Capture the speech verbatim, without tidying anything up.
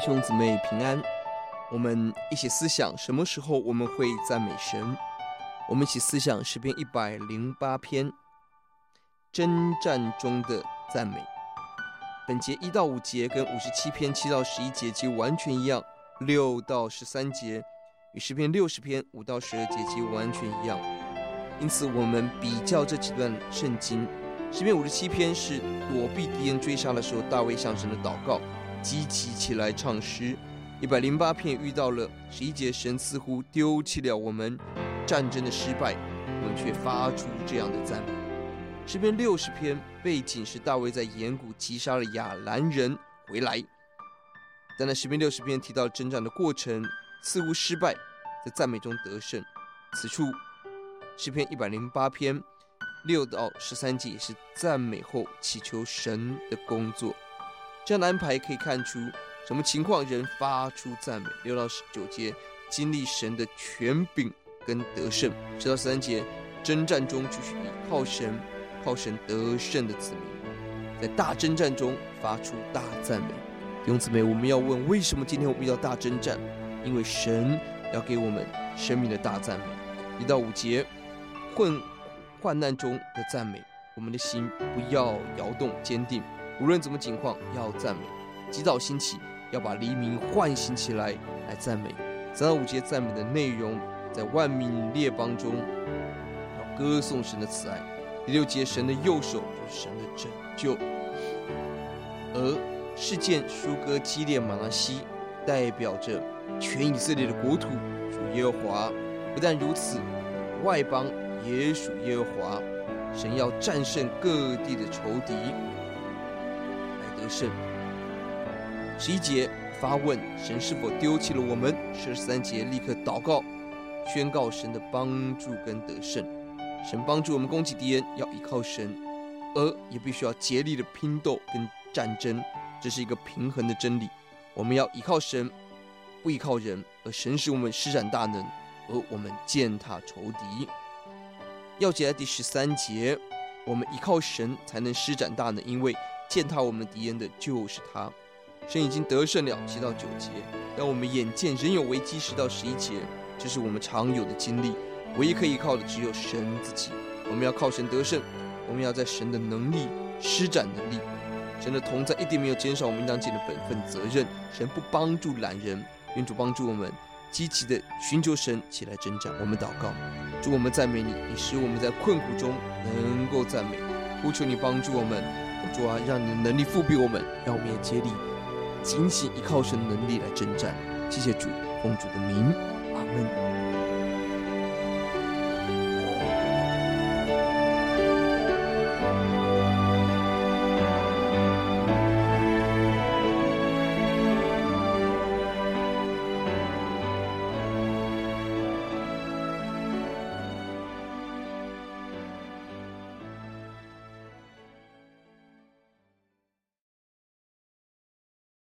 弟兄姊妹平安，我们一起思想什么时候我们会赞美神。我们一起思想诗篇一百零八篇征战中的赞美。本节一到五节跟五十七篇七到十一节几乎完全一样，六到十三节与诗篇六十篇五到十二节几乎完全一样。因此我们比较这几段圣经，诗篇五十七篇是躲避敌人追杀的时候大卫向神的祷告，积极起来唱诗。一百零八篇遇到了十一节，神似乎丢弃了我们，战争的失败，我们却发出这样的赞美。诗篇六十篇背景是大卫在岩谷击杀了亚兰人回来，但在诗篇六十篇提到征战的过程似乎失败，在赞美中得胜。此处诗篇一百零八篇六到十三节也是赞美后祈求神的工作。这样的安排可以看出什么情况人发出赞美。六到十九节经历神的权柄跟得胜。十到十三节征战中继续依靠神，靠神得胜的子民，在大征战中发出大赞美。弟兄姊妹，我们要问，为什么今天我们遇到大征战？因为神要给我们生命的大赞美。一到五节混患难中的赞美，我们的心不要摇动，坚定，无论怎么境况要赞美。击倒兴起，要把黎明唤醒起来来赞美。三到五节赞美的内容，在万民列邦中要歌颂神的慈爱。第六节神的右手就是神的拯救。而事件疏割基列玛拿西，代表着全以色列的国土属耶和华。不但如此，外邦也属耶和华。神要战胜各地的仇敌来得胜。十一节发问神是否丢弃了我们。十三节立刻祷告，宣告神的帮助跟得胜。神帮助我们攻击敌人，要依靠神，而也必须要竭力的拼斗跟战争，这是一个平衡的真理。我们要依靠神，不依靠人，而神使我们施展大能，而我们践踏仇敌。要解在第十三节，我们依靠神才能施展大能，因为践踏我们敌人的就是他。神已经得胜了。七到九节，当我们眼见人有危机。十到十一节，这是我们常有的经历，唯一可以依靠的只有神自己。我们要靠神得胜，我们要在神的能力施展能力。神的同在一定没有减少我们应当尽的本分责任。神不帮助懒人，愿主帮助我们积极的寻求神，起来征战。我们祷告，主，我们赞美你，你使我们在困苦中能够赞美。呼求你帮助我们，主啊，让你的能力复庇我们，让我们也竭力警醒依靠神的能力来征战。谢谢主，奉主的名，阿们。